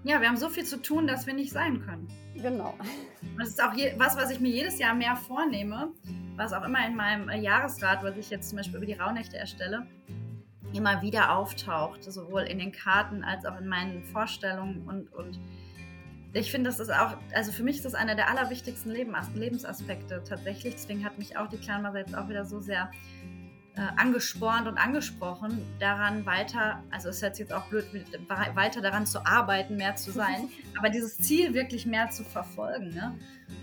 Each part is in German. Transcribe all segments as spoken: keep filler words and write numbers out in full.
Ja, wir haben so viel zu tun, dass wir nicht sein können. Genau. Das ist auch je, was, was ich mir jedes Jahr mehr vornehme, was auch immer in meinem äh, Jahresrat, was ich jetzt zum Beispiel über die Rauhnächte erstelle, immer wieder auftaucht, sowohl in den Karten als auch in meinen Vorstellungen und, und ich finde, das ist auch, also für mich ist das einer der allerwichtigsten Lebensaspekte tatsächlich, deswegen hat mich auch die Clanmother jetzt auch wieder so sehr äh, angespornt und angesprochen, daran weiter, also es hört sich jetzt auch blöd, weiter daran zu arbeiten, mehr zu sein, aber dieses Ziel wirklich mehr zu verfolgen, ne?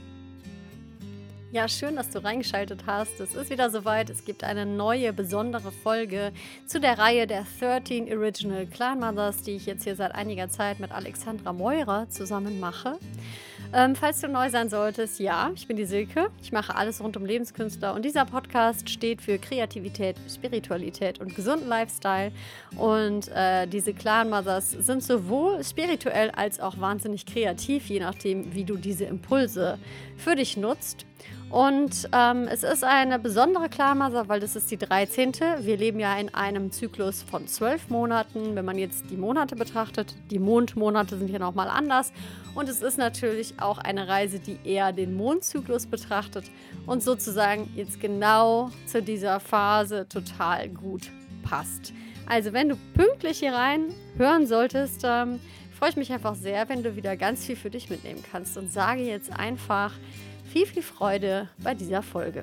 Ja, schön, dass du reingeschaltet hast. Es ist wieder soweit. Es gibt eine neue, besondere Folge zu der Reihe der dreizehn Original Clanmothers, die ich jetzt hier seit einiger Zeit mit Alexandra Meurer zusammen mache. Ähm, falls du neu sein solltest, ja, ich bin die Silke. Ich mache alles rund um Lebenskünstler und dieser Podcast steht für Kreativität, Spiritualität und gesunden Lifestyle. Und äh, diese Clanmothers sind sowohl spirituell als auch wahnsinnig kreativ, je nachdem, wie du diese Impulse für dich nutzt. Und ähm, es ist eine besondere Clanmother, weil das ist die dreizehnte. Wir leben ja in einem Zyklus von zwölf Monaten, wenn man jetzt die Monate betrachtet. Die Mondmonate sind hier nochmal anders. Und es ist natürlich auch eine Reise, die eher den Mondzyklus betrachtet und sozusagen jetzt genau zu dieser Phase total gut passt. Also wenn du pünktlich hier rein hören solltest, ähm, freue ich mich einfach sehr, wenn du wieder ganz viel für dich mitnehmen kannst und sage jetzt einfach viel, viel Freude bei dieser Folge.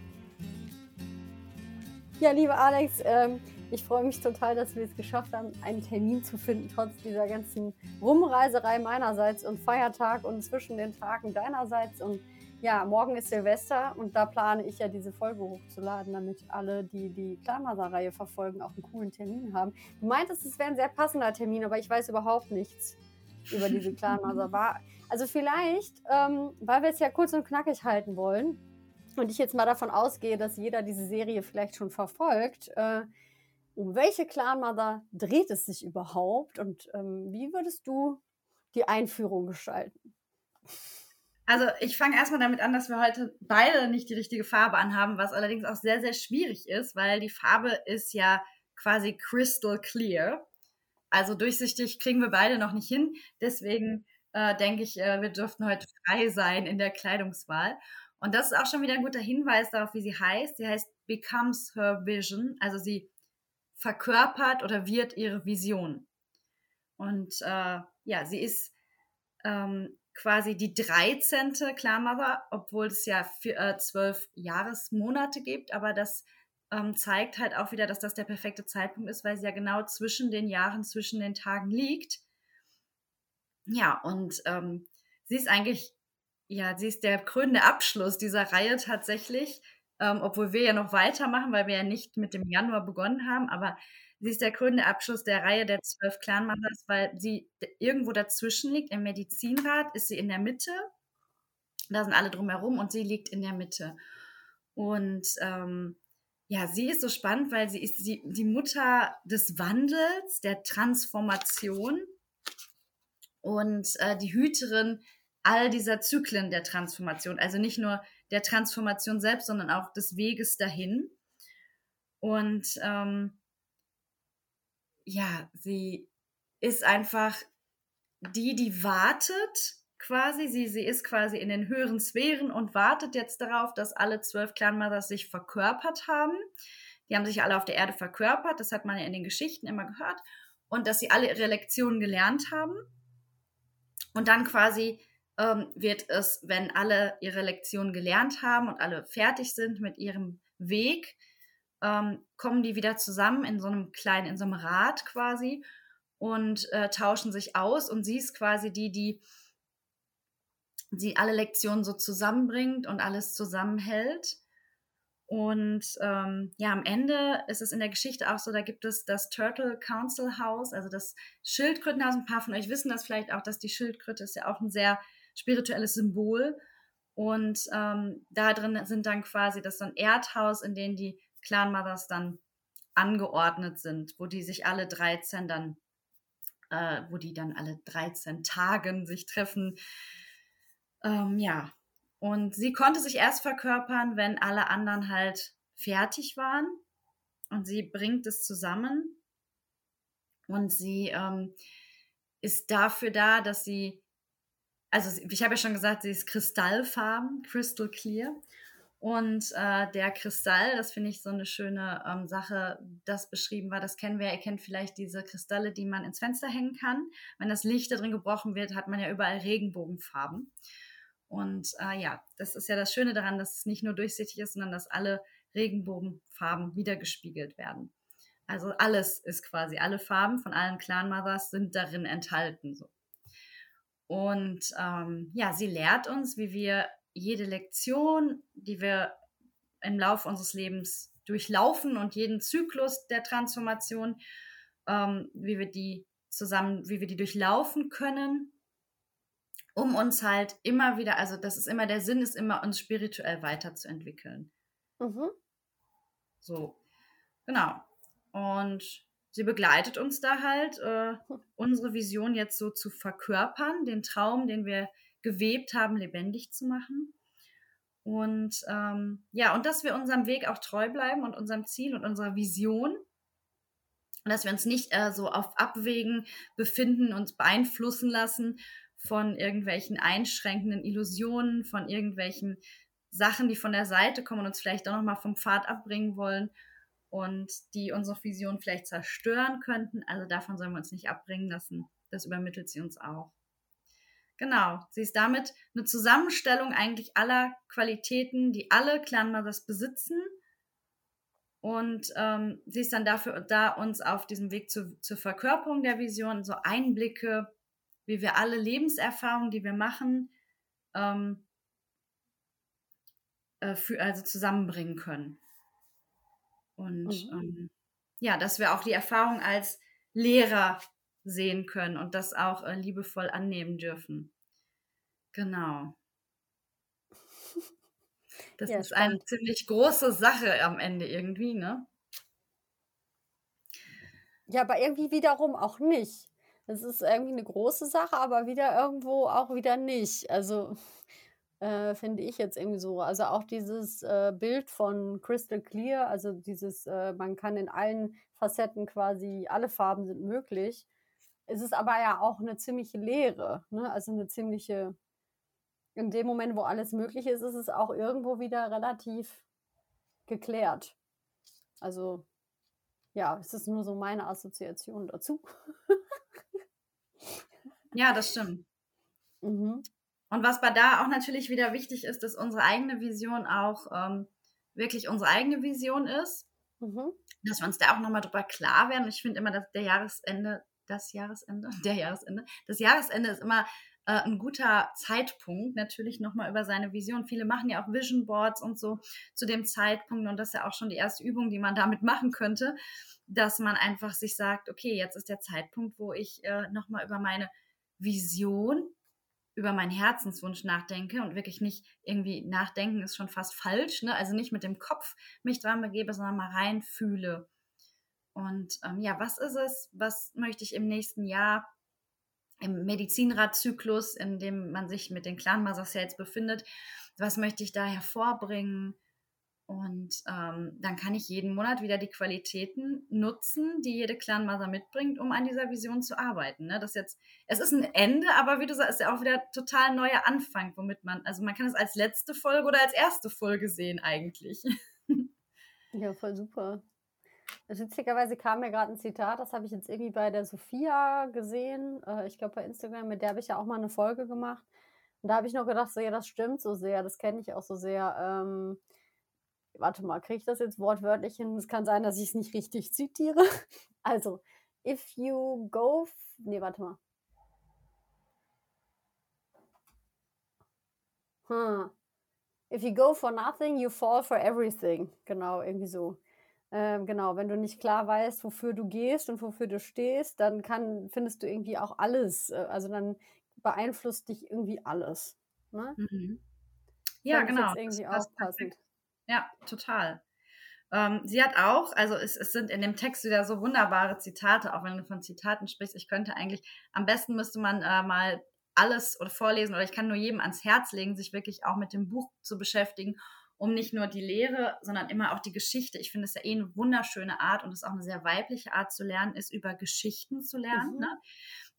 Ja, liebe Alex, ähm, ich freue mich total, dass wir es geschafft haben, einen Termin zu finden, trotz dieser ganzen Rumreiserei meinerseits und Feiertag und zwischen den Tagen deinerseits. Und ja, morgen ist Silvester und da plane ich ja diese Folge hochzuladen, damit alle, die die Clanmother-Reihe verfolgen, auch einen coolen Termin haben. Du meintest, es wäre ein sehr passender Termin, aber ich weiß überhaupt nichts über diese Clanmother. War Also vielleicht, ähm, weil wir es ja kurz und knackig halten wollen und ich jetzt mal davon ausgehe, dass jeder diese Serie vielleicht schon verfolgt, äh, um welche Clanmother dreht es sich überhaupt und ähm, wie würdest du die Einführung gestalten? Also ich fange erstmal damit an, dass wir heute beide nicht die richtige Farbe anhaben, was allerdings auch sehr, sehr schwierig ist, weil die Farbe ist ja quasi crystal clear. Also durchsichtig kriegen wir beide noch nicht hin. Deswegen äh, denke ich, äh, wir dürften heute frei sein in der Kleidungswahl. Und das ist auch schon wieder ein guter Hinweis darauf, wie sie heißt. Sie heißt Becomes Her Vision. Also sie verkörpert oder wird ihre Vision. Und äh, ja, sie ist ähm, quasi die dreizehnte Clanmother, obwohl es ja für, äh, zwölf Jahresmonate gibt. Aber das ähm, zeigt halt auch wieder, dass das der perfekte Zeitpunkt ist, weil sie ja genau zwischen den Jahren, zwischen den Tagen liegt. Ja, und ähm, sie ist eigentlich, ja, sie ist der krönende Abschluss dieser Reihe tatsächlich, ähm, obwohl wir ja noch weitermachen, weil wir ja nicht mit dem Januar begonnen haben, aber sie ist der krönende Abschluss der Reihe der zwölf Clanmothers, weil sie irgendwo dazwischen liegt. Im Medizinrat ist sie in der Mitte, da sind alle drumherum und sie liegt in der Mitte. Und ähm, ja, sie ist so spannend, weil sie ist die, die Mutter des Wandels, der Transformation und äh, die Hüterin all dieser Zyklen der Transformation. Also nicht nur der Transformation selbst, sondern auch des Weges dahin. Und ähm, ja, sie ist einfach die, die wartet quasi. Sie, sie ist quasi in den höheren Sphären und wartet jetzt darauf, dass alle zwölf Clanmothers sich verkörpert haben. Die haben sich alle auf der Erde verkörpert, das hat man ja in den Geschichten immer gehört. Und dass sie alle ihre Lektionen gelernt haben. Und dann quasi ähm, wird es, wenn alle ihre Lektionen gelernt haben und alle fertig sind mit ihrem Weg, ähm, kommen die wieder zusammen in so einem kleinen, in so einem Rad quasi und äh, tauschen sich aus. Und sie ist quasi die, die, die alle Lektionen so zusammenbringt und alles zusammenhält. Und ähm, ja, am Ende ist es in der Geschichte auch so, da gibt es das Turtle Council House, also das Schildkrötenhaus. Ein paar von euch wissen das vielleicht auch, dass die Schildkröte ist ja auch ein sehr spirituelles Symbol. Und ähm, da drin sind dann quasi das so ein Erdhaus, in dem die Clanmothers dann angeordnet sind, wo die sich alle dreizehn dann, äh, wo die dann alle dreizehn Tagen sich treffen. Ähm, ja, und sie konnte sich erst verkörpern, wenn alle anderen halt fertig waren. Und sie bringt es zusammen. Und sie ähm, ist dafür da, dass sie, also ich habe ja schon gesagt, sie ist kristallfarben, crystal clear. Und äh, der Kristall, das finde ich so eine schöne ähm, Sache, das beschrieben war, das kennen wir, ihr kennt vielleicht diese Kristalle, die man ins Fenster hängen kann. Wenn das Licht da drin gebrochen wird, hat man ja überall Regenbogenfarben. Und äh, ja, das ist ja das Schöne daran, dass es nicht nur durchsichtig ist, sondern dass alle Regenbogenfarben wiedergespiegelt werden. Also alles ist quasi, alle Farben von allen Clan Mothers sind darin enthalten. So. Und ähm, ja, sie lehrt uns, wie wir jede Lektion, die wir im Laufe unseres Lebens durchlaufen und jeden Zyklus der Transformation, ähm, wie wir die zusammen, wie wir die durchlaufen können, um uns halt immer wieder, also das ist immer, der Sinn ist immer, uns spirituell weiterzuentwickeln. Mhm. So, genau. Und sie begleitet uns da halt, äh, unsere Vision jetzt so zu verkörpern, den Traum, den wir gewebt haben, lebendig zu machen. Und ähm, ja, und dass wir unserem Weg auch treu bleiben und unserem Ziel und unserer Vision. Und dass wir uns nicht äh, so auf Abwägen befinden, uns beeinflussen lassen von irgendwelchen einschränkenden Illusionen, von irgendwelchen Sachen, die von der Seite kommen und uns vielleicht auch nochmal vom Pfad abbringen wollen und die unsere Vision vielleicht zerstören könnten. Also davon sollen wir uns nicht abbringen lassen. Das übermittelt sie uns auch. Genau, sie ist damit eine Zusammenstellung eigentlich aller Qualitäten, die alle Clan Mothers besitzen. Und ähm, sie ist dann dafür da, uns auf diesem Weg zu, zur Verkörperung der Vision, so Einblicke, wie wir alle Lebenserfahrungen, die wir machen, ähm, äh, für, also zusammenbringen können. Und Mhm. ähm, ja, dass wir auch die Erfahrung als Lehrer sehen können und das auch äh, liebevoll annehmen dürfen. Genau. Das Ja, ist eine spannend. ziemlich große Sache am Ende irgendwie, ne? Ja, aber irgendwie wiederum auch nicht. Es ist irgendwie eine große Sache, aber wieder irgendwo auch wieder nicht. Also, äh, finde ich jetzt irgendwie so. Also, auch dieses, äh, Bild von Crystal Clear, also dieses, äh, man kann in allen Facetten quasi alle Farben sind möglich. Es ist aber ja auch eine ziemliche Leere, ne? Also, eine ziemliche in dem Moment, wo alles möglich ist, ist es auch irgendwo wieder relativ geklärt. Also, ja, es ist nur so meine Assoziation dazu. Ja, das stimmt. Mhm. Und was bei da auch natürlich wieder wichtig ist, dass unsere eigene Vision auch ähm, wirklich unsere eigene Vision ist, Mhm. dass wir uns da auch nochmal drüber klar werden. Ich finde immer, dass der Jahresende, das Jahresende, der Jahresende, das Jahresende ist immer äh, ein guter Zeitpunkt, natürlich nochmal über seine Vision. Viele machen ja auch Vision Boards und so zu dem Zeitpunkt und das ist ja auch schon die erste Übung, die man damit machen könnte, dass man einfach sich sagt, okay, jetzt ist der Zeitpunkt, wo ich äh, nochmal über meine Vision, über meinen Herzenswunsch nachdenke und wirklich nicht irgendwie nachdenken ist schon fast falsch, ne? Also nicht mit dem Kopf mich dran begebe, sondern mal reinfühle. Und ähm, ja, was ist es? Was möchte ich im nächsten Jahr im Medizinradzyklus, in dem man sich mit den Clan Mothers jetzt befindet, was möchte ich da hervorbringen? Und ähm, dann kann ich jeden Monat wieder die Qualitäten nutzen, die jede Clan Mother mitbringt, um an dieser Vision zu arbeiten. Ne? Das jetzt, es ist ein Ende, aber wie du sagst, ist ja auch wieder total neuer Anfang, womit man, also man kann es als letzte Folge oder als erste Folge sehen eigentlich. Ja, voll super. Witzigerweise kam mir gerade ein Zitat, das habe ich jetzt irgendwie bei der Sophia gesehen, äh, ich glaube bei Instagram, mit der habe ich ja auch mal eine Folge gemacht. Und da habe ich noch gedacht, so, ja, das stimmt so sehr, das kenne ich auch so sehr. Ähm, warte mal, kriege ich das jetzt wortwörtlich hin? Es kann sein, dass ich es nicht richtig zitiere. Also, if you go, f ne, warte mal. Hm. If you go for nothing, you fall for everything. Genau, irgendwie so. Ähm, genau, wenn du nicht klar weißt, wofür du gehst und wofür du stehst, dann kann findest du irgendwie auch alles, äh, also dann beeinflusst dich irgendwie alles, ne? Mhm. Ja, Fand ich genau. jetzt Das irgendwie auch passt perfekt. passend. Ja, total. Ähm, sie hat auch, also es, es sind in dem Text wieder so wunderbare Zitate, auch wenn du von Zitaten sprichst. Ich könnte eigentlich, am besten müsste man äh, mal alles oder vorlesen oder ich kann nur jedem ans Herz legen, sich wirklich auch mit dem Buch zu beschäftigen, um nicht nur die Lehre, sondern immer auch die Geschichte. Ich finde es ja eh eine wunderschöne Art und es ist auch eine sehr weibliche Art zu lernen, ist über Geschichten zu lernen. Ne? Mhm.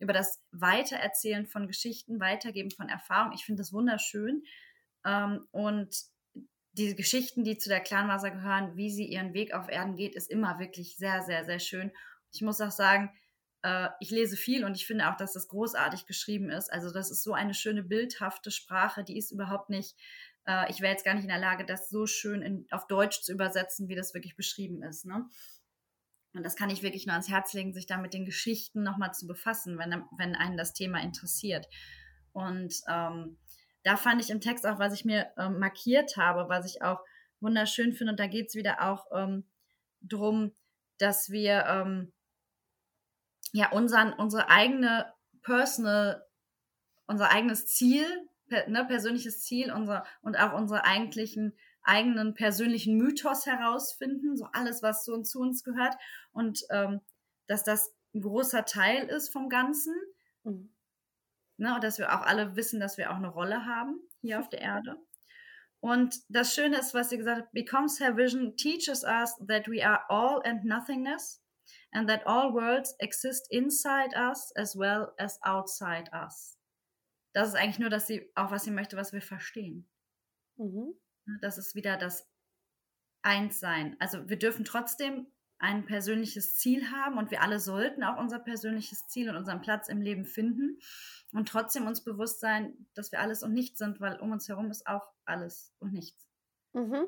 über das Weitererzählen von Geschichten, Weitergeben von Erfahrungen. Ich finde das wunderschön. Ähm, und die Geschichten, die zu der Clanvasa gehören, wie sie ihren Weg auf Erden geht, ist immer wirklich sehr, sehr, sehr schön. Ich muss auch sagen, äh, ich lese viel und ich finde auch, dass das großartig geschrieben ist. Also das ist so eine schöne, bildhafte Sprache, die ist überhaupt nicht, äh, ich wäre jetzt gar nicht in der Lage, das so schön in, auf Deutsch zu übersetzen, wie das wirklich beschrieben ist, ne? Und das kann ich wirklich nur ans Herz legen, sich da mit den Geschichten nochmal zu befassen, wenn, wenn einen das Thema interessiert. Und ähm, da fand ich im Text auch, was ich mir ähm, markiert habe, was ich auch wunderschön finde. Und da geht es wieder auch ähm, drum, dass wir ähm, ja unseren, unsere eigene personal, unser eigenes Ziel, per, ne, persönliches Ziel unser, und auch unsere eigentlichen eigenen persönlichen Mythos herausfinden, so alles, was zu uns, zu uns gehört, und ähm, dass das ein großer Teil ist vom Ganzen, mhm. ne, und dass wir auch alle wissen, dass wir auch eine Rolle haben hier auf der Erde. Und das Schöne ist, was sie gesagt hat, becomes her vision teaches us that we are all and nothingness and that all worlds exist inside us as well as outside us. Das ist eigentlich nur, dass sie auch, was sie möchte, was wir verstehen. Mhm. Das ist wieder das Einssein. Also wir dürfen trotzdem ein persönliches Ziel haben und wir alle sollten auch unser persönliches Ziel und unseren Platz im Leben finden und trotzdem uns bewusst sein, dass wir alles und nichts sind, weil um uns herum ist auch alles und nichts. Mhm.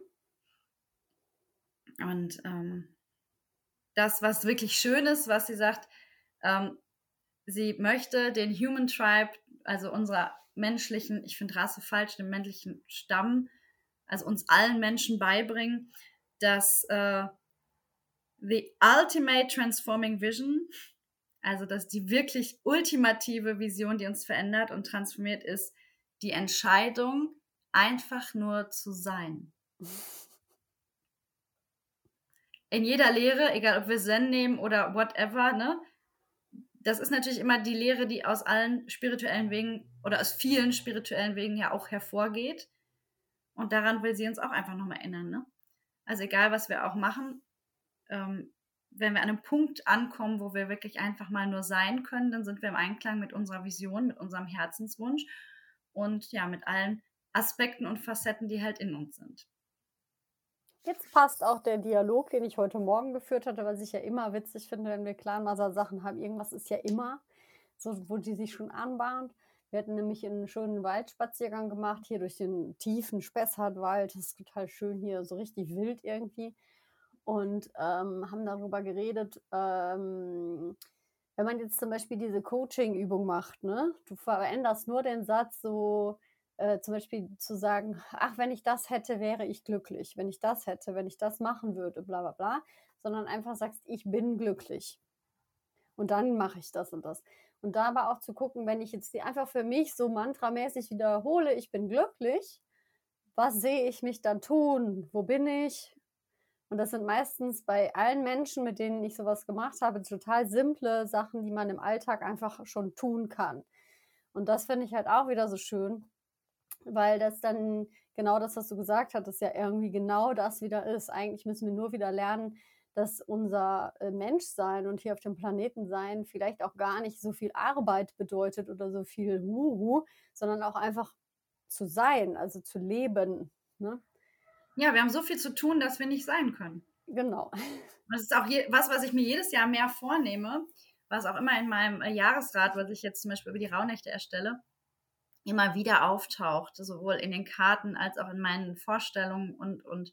Und ähm, das, was wirklich schön ist, was sie sagt, ähm, sie möchte den Human Tribe, also unserer menschlichen, ich finde Rasse falsch, den männlichen Stamm, also uns allen Menschen beibringen, dass äh, the ultimate transforming vision, also dass die wirklich ultimative Vision, die uns verändert und transformiert, ist die Entscheidung, einfach nur zu sein. In jeder Lehre, egal ob wir Zen nehmen oder whatever, ne? Das ist natürlich immer die Lehre, die aus allen spirituellen Wegen oder aus vielen spirituellen Wegen ja auch hervorgeht. Und daran will sie uns auch einfach nochmal erinnern, ne? Also egal, was wir auch machen, ähm, wenn wir an einem Punkt ankommen, wo wir wirklich einfach mal nur sein können, dann sind wir im Einklang mit unserer Vision, mit unserem Herzenswunsch und ja, mit allen Aspekten und Facetten, die halt in uns sind. Jetzt passt auch der Dialog, den ich heute Morgen geführt hatte, was ich ja immer witzig finde, wenn wir Clanvasa-Sachen haben. Irgendwas ist ja immer, so, wo die sich schon anbahnt. Wir hatten nämlich einen schönen Waldspaziergang gemacht, hier durch den tiefen Spessartwald. Das ist total schön hier, so richtig wild irgendwie. Und ähm, haben darüber geredet, ähm, wenn man jetzt zum Beispiel diese Coaching-Übung macht, ne? Du veränderst nur den Satz so, äh, zum Beispiel zu sagen, ach, wenn ich das hätte, wäre ich glücklich. Wenn ich das hätte, wenn ich das machen würde, bla bla bla. Sondern einfach sagst, ich bin glücklich. Und dann mache ich das und das. Und da aber auch zu gucken, wenn ich jetzt die einfach für mich so mantramäßig wiederhole, ich bin glücklich, was sehe ich mich dann tun? Wo bin ich? Und das sind meistens bei allen Menschen, mit denen ich sowas gemacht habe, total simple Sachen, die man im Alltag einfach schon tun kann. Und das finde ich halt auch wieder so schön, weil das dann genau das, was du gesagt hattest, ja irgendwie genau das wieder ist. Eigentlich müssen wir nur wieder lernen, dass unser äh, Menschsein und hier auf dem Planeten sein vielleicht auch gar nicht so viel Arbeit bedeutet oder so viel Wuhu, sondern auch einfach zu sein, also zu leben, ne? Ja, wir haben so viel zu tun, dass wir nicht sein können. Genau. Das ist auch je, was, was ich mir jedes Jahr mehr vornehme, was auch immer in meinem äh, Jahresrat, was ich jetzt zum Beispiel über die Rauhnächte erstelle, immer wieder auftaucht, sowohl in den Karten als auch in meinen Vorstellungen. Und, und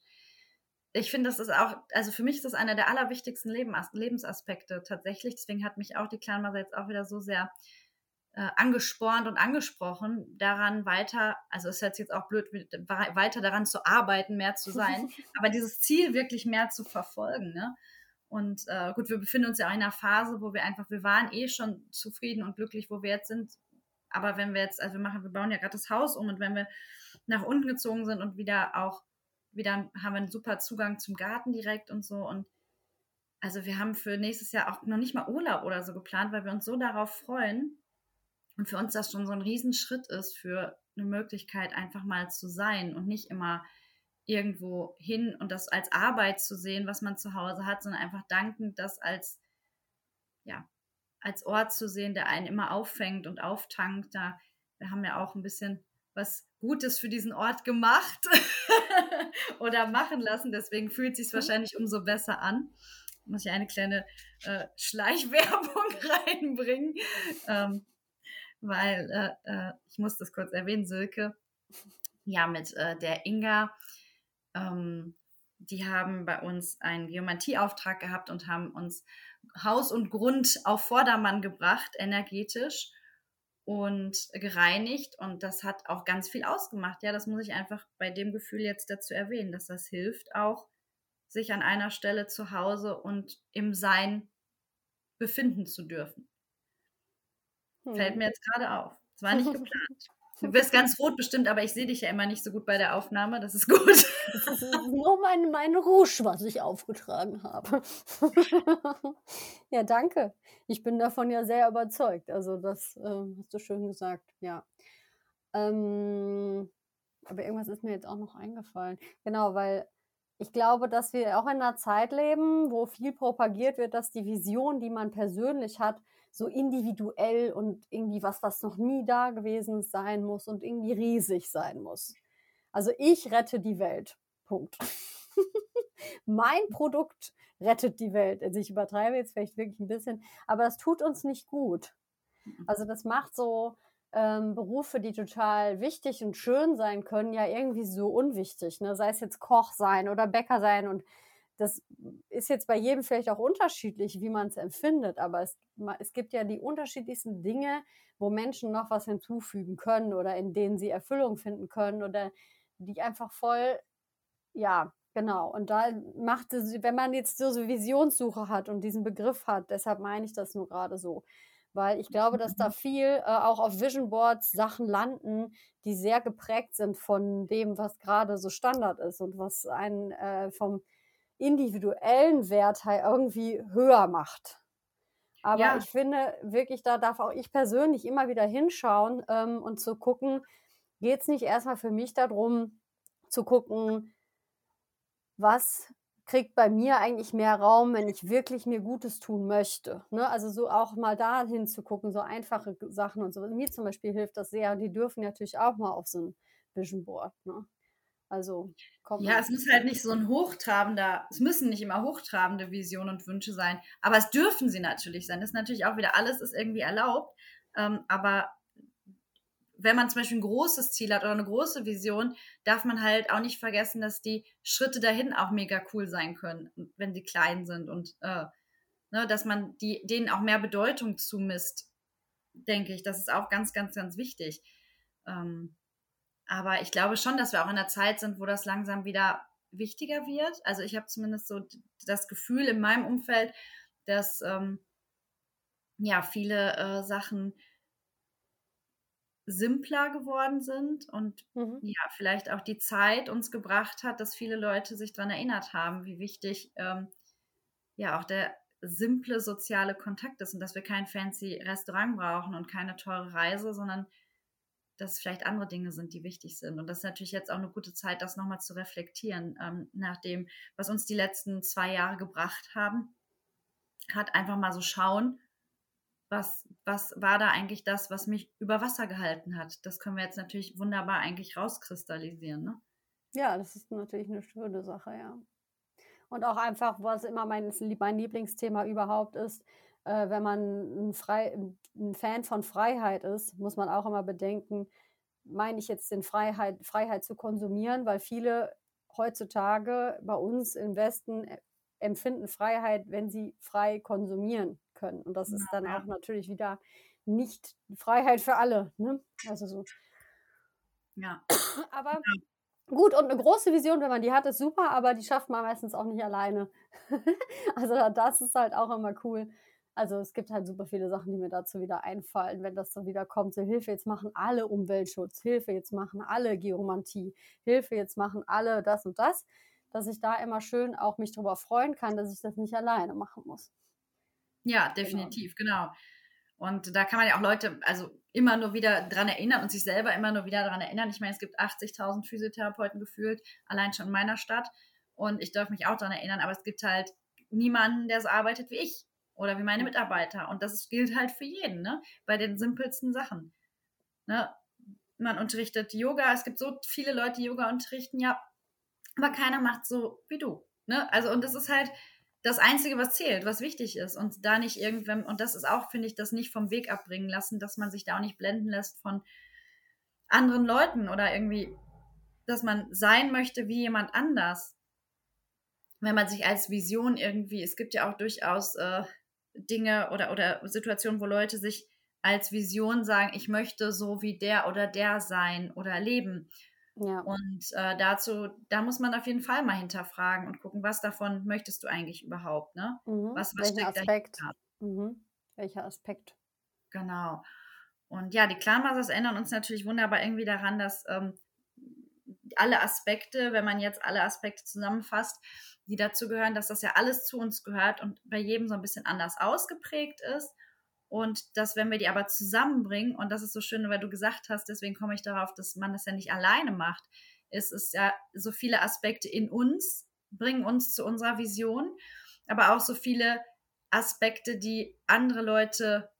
ich finde, das ist auch, also für mich ist das einer der allerwichtigsten Lebens- Lebensaspekte tatsächlich. Deswegen hat mich auch die Clanvasa jetzt auch wieder so sehr äh, angespornt und angesprochen, daran weiter, also es ist jetzt, jetzt auch blöd, weiter daran zu arbeiten, mehr zu sein, aber dieses Ziel wirklich mehr zu verfolgen, ne? Und äh, gut, wir befinden uns ja auch in einer Phase, wo wir einfach, wir waren eh schon zufrieden und glücklich, wo wir jetzt sind, aber wenn wir jetzt, also wir machen, wir bauen ja gerade das Haus um und wenn wir nach unten gezogen sind und wieder auch, wieder haben wir einen super Zugang zum Garten direkt und so, und also wir haben für nächstes Jahr auch noch nicht mal Urlaub oder so geplant, weil wir uns so darauf freuen. Und für uns das schon so ein Riesenschritt ist, für eine Möglichkeit einfach mal zu sein und nicht immer irgendwo hin und das als Arbeit zu sehen, was man zu Hause hat, sondern einfach dankend das als, ja, als Ort zu sehen, der einen immer auffängt und auftankt. Da, wir haben ja auch ein bisschen was Gutes für diesen Ort gemacht oder machen lassen. Deswegen fühlt es sich wahrscheinlich umso besser an. Muss ich eine kleine äh, Schleichwerbung reinbringen, ähm, weil äh, äh, ich muss das kurz erwähnen, Silke, ja, mit äh, der Inga, ähm, die haben bei uns einen Geomantie-Auftrag gehabt und haben uns Haus und Grund auf Vordermann gebracht, energetisch und gereinigt. Und das hat auch ganz viel ausgemacht. Ja, das muss ich einfach bei dem Gefühl jetzt dazu erwähnen, dass das hilft, auch sich an einer Stelle zu Hause und im Sein befinden zu dürfen. Hm. Fällt mir jetzt gerade auf. Es war nicht geplant. Du bist ganz rot bestimmt, aber ich sehe dich ja immer nicht so gut bei der Aufnahme. Das ist gut. Das ist nur mein, mein Rouge, was ich aufgetragen habe. Ja, danke. Ich bin davon ja sehr überzeugt. Also das äh, hast du schön gesagt, ja. Ähm, aber irgendwas ist mir jetzt auch noch eingefallen. Genau, weil ich glaube, dass wir auch in einer Zeit leben, wo viel propagiert wird, dass die Vision, die man persönlich hat, so individuell und irgendwie was, was noch nie da gewesen sein muss und irgendwie riesig sein muss. Also ich rette die Welt. Punkt. Mein Produkt rettet die Welt. Also ich übertreibe jetzt vielleicht wirklich ein bisschen, aber das tut uns nicht gut. Also das macht so ähm, Berufe, die total wichtig und schön sein können, ja irgendwie so unwichtig. Ne? Sei es jetzt Koch sein oder Bäcker sein, und das ist jetzt bei jedem vielleicht auch unterschiedlich, wie man es empfindet, aber es, es gibt ja die unterschiedlichsten Dinge, wo Menschen noch was hinzufügen können oder in denen sie Erfüllung finden können oder die einfach voll, ja, genau. Und da macht es, wenn man jetzt so eine Visionssuche hat und diesen Begriff hat, deshalb meine ich das nur gerade so, weil ich glaube, dass da viel äh, auch auf Vision Boards Sachen landen, die sehr geprägt sind von dem, was gerade so Standard ist und was einen äh, vom individuellen Wert halt irgendwie höher macht. Aber ja, ich finde wirklich, da darf auch ich persönlich immer wieder hinschauen ähm, und zu gucken, geht es nicht erstmal für mich darum, zu gucken, was kriegt bei mir eigentlich mehr Raum, wenn ich wirklich mir Gutes tun möchte. Ne? Also so auch mal da hinzugucken, so einfache Sachen und so. Mir zum Beispiel hilft das sehr, und die dürfen natürlich auch mal auf so ein Vision Board. Ne? Also kommt ja, es muss halt nicht so ein hochtrabender, es müssen nicht immer hochtrabende Visionen und Wünsche sein, aber es dürfen sie natürlich sein. Das ist natürlich auch wieder, alles ist irgendwie erlaubt, ähm, aber wenn man zum Beispiel ein großes Ziel hat oder eine große Vision, darf man halt auch nicht vergessen, dass die Schritte dahin auch mega cool sein können, wenn die klein sind und äh, ne, dass man die, denen auch mehr Bedeutung zumisst, denke ich. Das ist auch ganz, ganz, ganz wichtig. Ähm, aber ich glaube schon, dass wir auch in einer Zeit sind, wo das langsam wieder wichtiger wird. Also ich habe zumindest so das Gefühl in meinem Umfeld, dass ähm, ja viele äh, Sachen simpler geworden sind und mhm. ja vielleicht auch die Zeit uns gebracht hat, dass viele Leute sich daran erinnert haben, wie wichtig ähm, ja auch der simple soziale Kontakt ist und dass wir kein fancy Restaurant brauchen und keine teure Reise, sondern dass es vielleicht andere Dinge sind, die wichtig sind. Und das ist natürlich jetzt auch eine gute Zeit, das nochmal zu reflektieren, ähm, nach dem, was uns die letzten zwei Jahre gebracht haben, hat einfach mal so schauen, was, was war da eigentlich das, was mich über Wasser gehalten hat. Das können wir jetzt natürlich wunderbar eigentlich rauskristallisieren, ne? Ja, das ist natürlich eine schöne Sache, ja. Und auch einfach, was immer mein, mein Lieblingsthema überhaupt ist, äh, wenn man ein, Frei, ein Fan von Freiheit ist, muss man auch immer bedenken, meine ich jetzt den Freiheit, Freiheit zu konsumieren, weil viele heutzutage bei uns im Westen empfinden Freiheit, wenn sie frei konsumieren können. Und das ist dann ja auch natürlich wieder nicht Freiheit für alle. Ne? Also so. Ja. Aber ja. Gut, und eine große Vision, wenn man die hat, ist super, aber die schafft man meistens auch nicht alleine. Also das ist halt auch immer cool. Also es gibt halt super viele Sachen, die mir dazu wieder einfallen, wenn das so wieder kommt. So Hilfe, jetzt machen alle Umweltschutz, Hilfe, jetzt machen alle Geomantie, Hilfe, jetzt machen alle das und das, dass ich da immer schön auch mich darüber freuen kann, dass ich das nicht alleine machen muss. Ja, definitiv, genau. genau. Und da kann man ja auch Leute, also immer nur wieder dran erinnern und sich selber immer nur wieder dran erinnern. Ich meine, es gibt achtzigtausend Physiotherapeuten gefühlt, allein schon in meiner Stadt. Und ich darf mich auch dran erinnern, aber es gibt halt niemanden, der so arbeitet wie ich. oder wie meine Mitarbeiter. Und das gilt halt für jeden, ne? Bei den simpelsten Sachen. Ne? Man unterrichtet Yoga, es gibt so viele Leute, die Yoga unterrichten, ja, aber keiner macht so wie du. Ne? Also, und das ist halt das Einzige, was zählt, was wichtig ist. Und da nicht irgendwann, und das ist auch, finde ich, das nicht vom Weg abbringen lassen, dass man sich da auch nicht blenden lässt von anderen Leuten oder irgendwie, dass man sein möchte wie jemand anders. Wenn man sich als Vision irgendwie, es gibt ja auch durchaus äh, Dinge oder, oder Situationen, wo Leute sich als Vision sagen, ich möchte so wie der oder der sein oder leben. Ja. Und äh, dazu, da muss man auf jeden Fall mal hinterfragen und gucken, was davon möchtest du eigentlich überhaupt, ne? Mhm. Was, was Welchen steckt Aspekt? dahinter? Mhm. Welcher Aspekt? Genau. Und ja, die Clanmasters erinnern uns natürlich wunderbar irgendwie daran, dass ähm, alle Aspekte, wenn man jetzt alle Aspekte zusammenfasst, die dazu gehören, dass das ja alles zu uns gehört und bei jedem so ein bisschen anders ausgeprägt ist. Und dass, wenn wir die aber zusammenbringen, und das ist so schön, weil du gesagt hast, deswegen komme ich darauf, dass man das ja nicht alleine macht, ist es ja so viele Aspekte in uns, bringen uns zu unserer Vision, aber auch so viele Aspekte, die andere Leute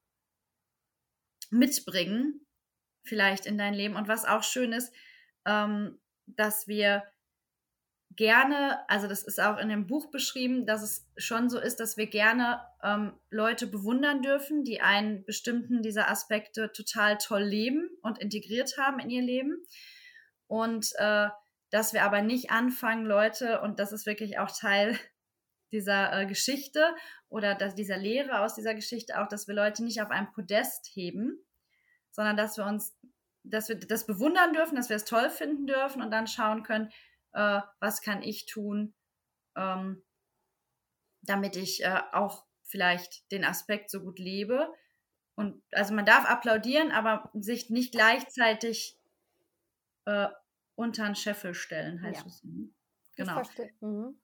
mitbringen, vielleicht in dein Leben. Und was auch schön ist, ähm, dass wir gerne, also das ist auch in dem Buch beschrieben, dass es schon so ist, dass wir gerne ähm, Leute bewundern dürfen, die einen bestimmten dieser Aspekte total toll leben und integriert haben in ihr Leben. Und äh, dass wir aber nicht anfangen, Leute, und das ist wirklich auch Teil dieser äh, Geschichte oder dass dieser Lehre aus dieser Geschichte auch, dass wir Leute nicht auf einem Podest heben, sondern dass wir uns, dass wir das bewundern dürfen, dass wir es toll finden dürfen und dann schauen können, äh, was kann ich tun, ähm, damit ich äh, auch vielleicht den Aspekt so gut lebe. Und also man darf applaudieren, aber sich nicht gleichzeitig äh, unter den Scheffel stellen, heißt Ja. es. Mhm. Ich Genau. verstehe. Mhm.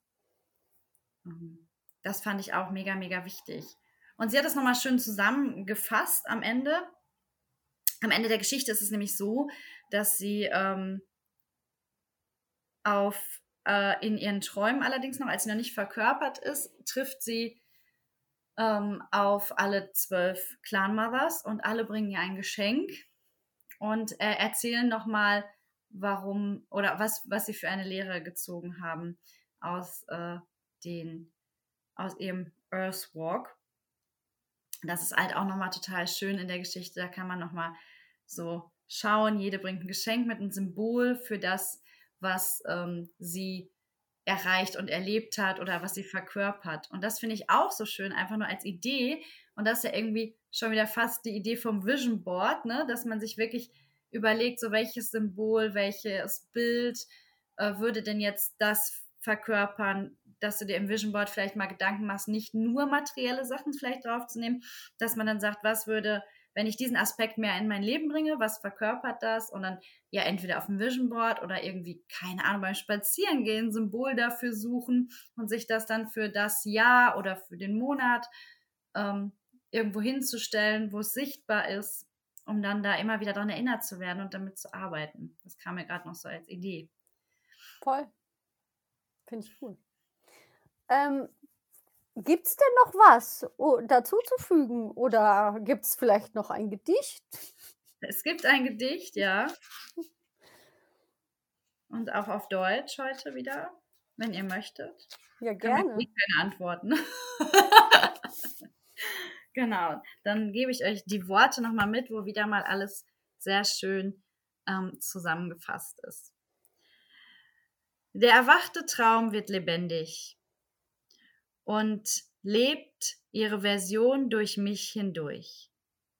Das fand ich auch mega, mega wichtig. Und sie hat das nochmal schön zusammengefasst am Ende. Am Ende der Geschichte ist es nämlich so, dass sie ähm, auf, äh, in ihren Träumen allerdings noch, als sie noch nicht verkörpert ist, trifft sie ähm, auf alle zwölf Clan-Mothers und alle bringen ihr ein Geschenk und äh, erzählen nochmal, warum oder was, was sie für eine Lehre gezogen haben aus, äh, den, aus ihrem Earthwalk. Das ist halt auch nochmal total schön in der Geschichte. Da kann man nochmal so schauen. Jede bringt ein Geschenk mit einem Symbol für das, was ähm, sie erreicht und erlebt hat oder was sie verkörpert. Und das finde ich auch so schön, einfach nur als Idee. Und das ist ja irgendwie schon wieder fast die Idee vom Vision Board, ne? Dass man sich wirklich überlegt, so welches Symbol, welches Bild äh, würde denn jetzt das verkörpern, dass du dir im Vision Board vielleicht mal Gedanken machst, nicht nur materielle Sachen vielleicht draufzunehmen, dass man dann sagt, was würde, wenn ich diesen Aspekt mehr in mein Leben bringe, was verkörpert das? Und dann ja entweder auf dem Vision Board oder irgendwie, keine Ahnung, beim Spazierengehen ein Symbol dafür suchen und sich das dann für das Jahr oder für den Monat ähm, irgendwo hinzustellen, wo es sichtbar ist, um dann da immer wieder daran erinnert zu werden und damit zu arbeiten. Das kam mir gerade noch so als Idee. Voll. Finde ich cool. Ähm, gibt es denn noch was oh, dazu zu fügen? Oder gibt es vielleicht noch ein Gedicht? Es gibt ein Gedicht, ja. Und auch auf Deutsch heute wieder, wenn ihr möchtet. Ja, Kann mir gerne. eh keine antworten. Genau, dann gebe ich euch die Worte nochmal mit, wo wieder mal alles sehr schön ähm, zusammengefasst ist. Der erwachte Traum wird lebendig und lebt ihre Version durch mich hindurch.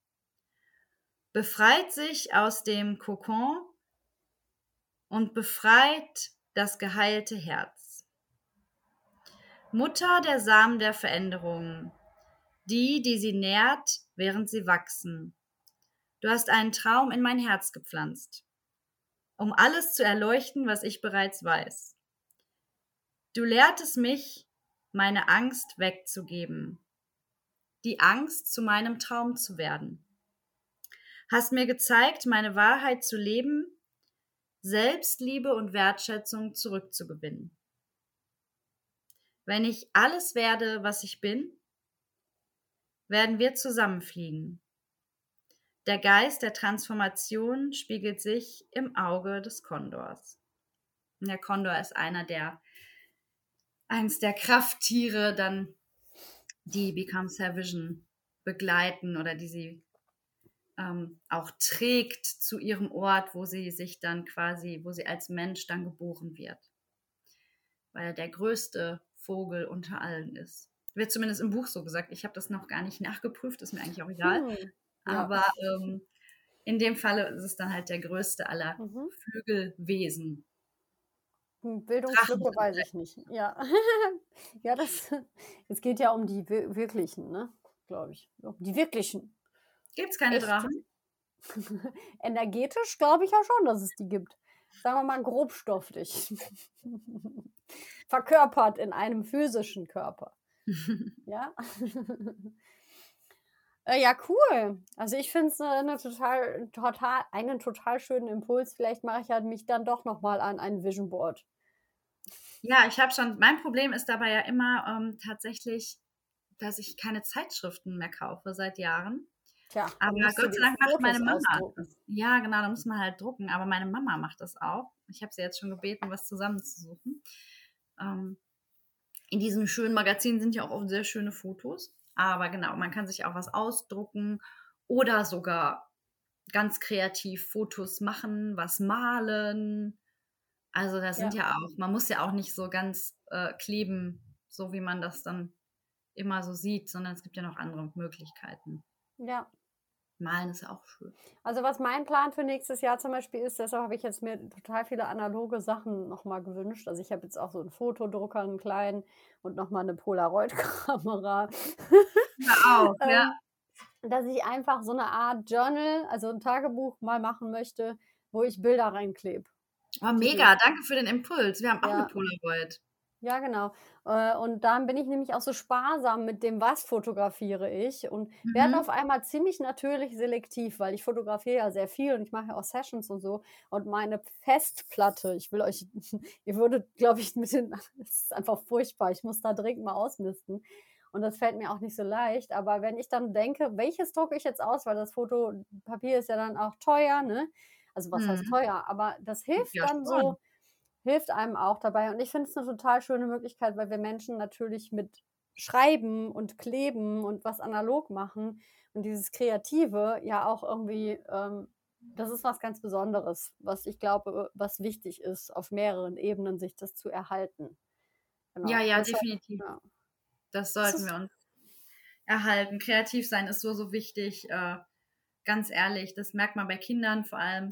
Befreit sich aus dem Kokon und befreit das geheilte Herz. Mutter der Samen der Veränderungen, die, die sie nährt, während sie wachsen. Du hast einen Traum in mein Herz gepflanzt, um alles zu erleuchten, was ich bereits weiß. Du lehrtest mich, meine Angst wegzugeben, die Angst zu meinem Traum zu werden. Hast mir gezeigt, meine Wahrheit zu leben, Selbstliebe und Wertschätzung zurückzugewinnen. Wenn ich alles werde, was ich bin, werden wir zusammenfliegen. Der Geist der Transformation spiegelt sich im Auge des Kondors. Und der Kondor ist einer der, eins der Krafttiere, dann, die Become Their Vision begleiten oder die sie ähm, auch trägt zu ihrem Ort, wo sie sich dann quasi, wo sie als Mensch dann geboren wird. Weil er der größte Vogel unter allen ist. Wird zumindest im Buch so gesagt. Ich habe das noch gar nicht nachgeprüft, ist mir eigentlich auch egal. Hm, ja. Aber ähm, in dem Falle ist es dann halt der größte aller Mhm. Flügelwesen. Bildungslücke weiß ich nicht. Ja, ja, das, es geht ja um die wir- wirklichen, ne? Glaube ich. Um die wirklichen. Gibt es keine Echte. Drachen? Energetisch glaube ich ja schon, dass es die gibt. Sagen wir mal grobstofflich. Verkörpert in einem physischen Körper. Ja. Äh, Ja, cool. Also ich finde es eine total, total, einen total schönen Impuls. Vielleicht mache ich ja mich dann doch nochmal an ein Vision Board. Ja, ich habe schon, mein Problem ist dabei ja immer ähm, tatsächlich, dass ich keine Zeitschriften mehr kaufe seit Jahren. Tja, dann Aber musst du Gott sei die Dank macht Fotos meine Mama ausdrucken. das. Ja, genau, da muss man halt drucken. Aber meine Mama macht das auch. Ich habe sie jetzt schon gebeten, was zusammenzusuchen. Ähm, in diesem schönen Magazin sind ja auch oft sehr schöne Fotos. Aber genau, man kann sich auch was ausdrucken oder sogar ganz kreativ Fotos machen, was malen. Also das sind Ja. ja auch, man muss ja auch nicht so ganz äh, kleben, so wie man das dann immer so sieht, sondern es gibt ja noch andere Möglichkeiten. Ja. Malen ist ja auch schön. Also was mein Plan für nächstes Jahr zum Beispiel ist, deshalb habe ich jetzt mir total viele analoge Sachen nochmal gewünscht. Also ich habe jetzt auch so einen Fotodrucker, einen kleinen und nochmal eine Polaroid-Kamera. Ja, auch, ja. ähm, dass ich einfach so eine Art Journal, also ein Tagebuch mal machen möchte, wo ich Bilder reinklebe. Oh, mega, danke für den Impuls. Wir haben auch Ja. eine Polaroid. Ja, genau. Äh, Und dann bin ich nämlich auch so sparsam mit dem, was fotografiere ich und werde Mhm. auf einmal ziemlich natürlich selektiv, weil ich fotografiere ja sehr viel und ich mache ja auch Sessions und so. Und meine Festplatte, ich will euch, ihr würdet, glaube ich, mit den, es ist einfach furchtbar, ich muss da dringend mal ausmisten. Und das fällt mir auch nicht so leicht. Aber wenn ich dann denke, welches drucke ich jetzt aus, weil das Fotopapier ist ja dann auch teuer, ne? Also was heißt Mhm. teuer? Aber das hilft Ja, dann schon. so, hilft einem auch dabei. Und ich finde es eine total schöne Möglichkeit, weil wir Menschen natürlich mit Schreiben und Kleben und was analog machen und dieses Kreative ja auch irgendwie, ähm, das ist was ganz Besonderes, was ich glaube, was wichtig ist, auf mehreren Ebenen sich das zu erhalten. Genau. Ja, ja, Deshalb, definitiv. ja. Das Das sollten ist, wir uns erhalten. Kreativ sein ist so, so wichtig. Äh, ganz ehrlich, das merkt man bei Kindern vor allem,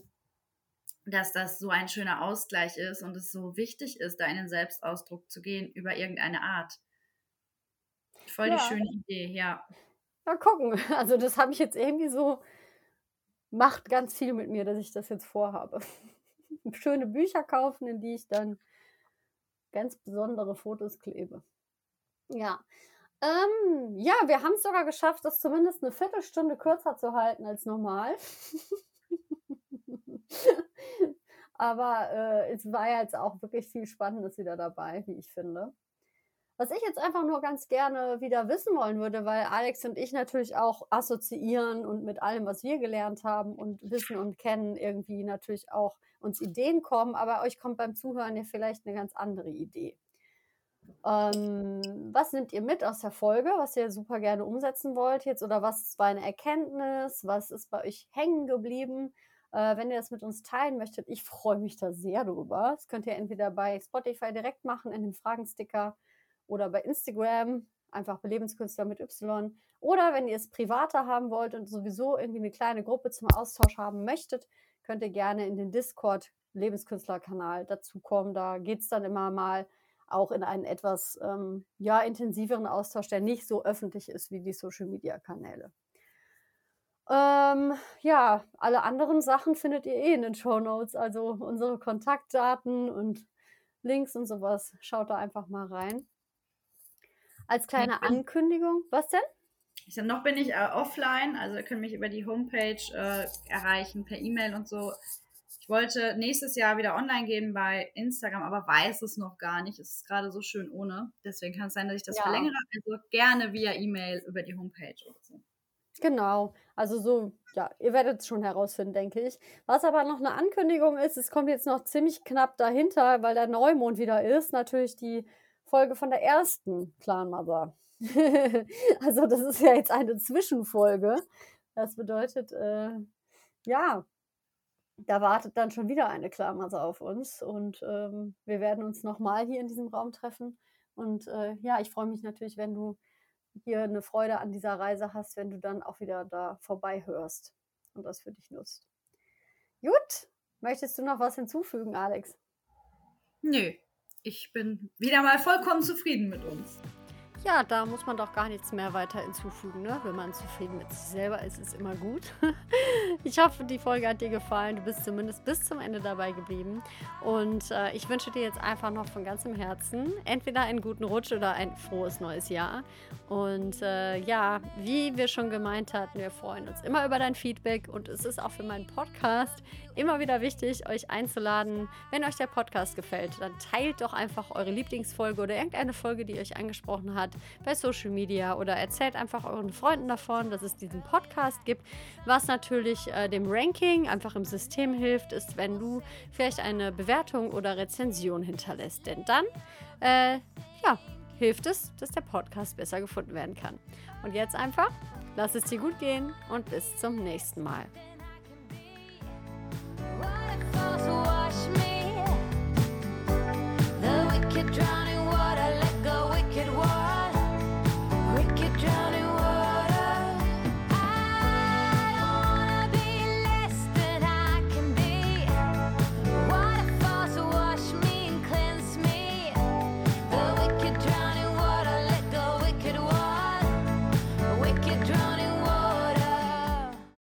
dass das so ein schöner Ausgleich ist und es so wichtig ist, da in den Selbstausdruck zu gehen über irgendeine Art. Voll die ja, schöne Idee, ja. mal gucken. Also das habe ich jetzt irgendwie so, macht ganz viel mit mir, dass ich das jetzt vorhabe. Schöne Bücher kaufen, in die ich dann ganz besondere Fotos klebe. Ja. Ähm, ja, wir haben es sogar geschafft, das zumindest eine Viertelstunde kürzer zu halten als normal. Aber äh, es war ja jetzt auch wirklich viel Spannendes wieder dabei, wie ich finde. Was ich jetzt einfach nur ganz gerne wieder wissen wollen würde, weil Alex und ich natürlich auch assoziieren und mit allem, was wir gelernt haben und wissen und kennen, irgendwie natürlich auch uns Ideen kommen, aber euch kommt beim Zuhören ja vielleicht eine ganz andere Idee. Ähm, was nehmt ihr mit aus der Folge, was ihr super gerne umsetzen wollt jetzt? Oder was war eine Erkenntnis? Was ist bei euch hängen geblieben? Äh, wenn ihr das mit uns teilen möchtet, ich freue mich da sehr drüber. Das könnt ihr entweder bei Spotify direkt machen, in dem Fragensticker, oder bei Instagram, einfach Lebenskünstler mit Y. Oder wenn ihr es privater haben wollt und sowieso irgendwie eine kleine Gruppe zum Austausch haben möchtet, könnt ihr gerne in den Discord-Lebenskünstler-Kanal dazukommen. Da geht es dann immer mal auch in einen etwas ähm, ja, intensiveren Austausch, der nicht so öffentlich ist wie die Social-Media-Kanäle. Ähm, ja, alle anderen Sachen findet ihr eh in den Shownotes, also unsere Kontaktdaten und Links und sowas. Schaut da einfach mal rein. Als kleine Ankündigung, was denn? Ich sag, noch bin ich äh, offline, also ihr könnt mich über die Homepage äh, erreichen, per E-Mail und so. Ich Ich wollte nächstes Jahr wieder online gehen bei Instagram, aber weiß es noch gar nicht. Es ist gerade so schön ohne. Deswegen kann es sein, dass ich das Ja. verlängere. Also gerne via E-Mail über die Homepage oder so. Genau, also so, ja, ihr werdet es schon herausfinden, denke ich. Was aber noch eine Ankündigung ist, es kommt jetzt noch ziemlich knapp dahinter, weil der Neumond wieder ist, natürlich die Folge von der ersten Clan Mother. Also das ist ja jetzt eine Zwischenfolge. Das bedeutet, äh, ja, da wartet dann schon wieder eine Clan Mother auf uns und ähm, wir werden uns nochmal hier in diesem Raum treffen. Und äh, ja, ich freue mich natürlich, wenn du hier eine Freude an dieser Reise hast, wenn du dann auch wieder da vorbei hörst und das für dich nutzt. Gut, möchtest du noch was hinzufügen, Alex? Nö, ich bin wieder mal vollkommen zufrieden mit uns. Ja, da muss man doch gar nichts mehr weiter hinzufügen, ne? Wenn man zufrieden mit sich selber ist, ist immer gut. Ich hoffe, die Folge hat dir gefallen. Du bist zumindest bis zum Ende dabei geblieben. Und äh, ich wünsche dir jetzt einfach noch von ganzem Herzen entweder einen guten Rutsch oder ein frohes neues Jahr. Und äh, ja, wie wir schon gemeint hatten, wir freuen uns immer über dein Feedback. Und es ist auch für meinen Podcast immer wieder wichtig, euch einzuladen. Wenn euch der Podcast gefällt, dann teilt doch einfach eure Lieblingsfolge oder irgendeine Folge, die euch angesprochen hat, bei Social Media oder erzählt einfach euren Freunden davon, dass es diesen Podcast gibt. Was natürlich äh, dem Ranking einfach im System hilft, ist, wenn du vielleicht eine Bewertung oder Rezension hinterlässt. Denn dann, äh, ja, hilft es, dass der Podcast besser gefunden werden kann. Und jetzt einfach, lass es dir gut gehen und bis zum nächsten Mal.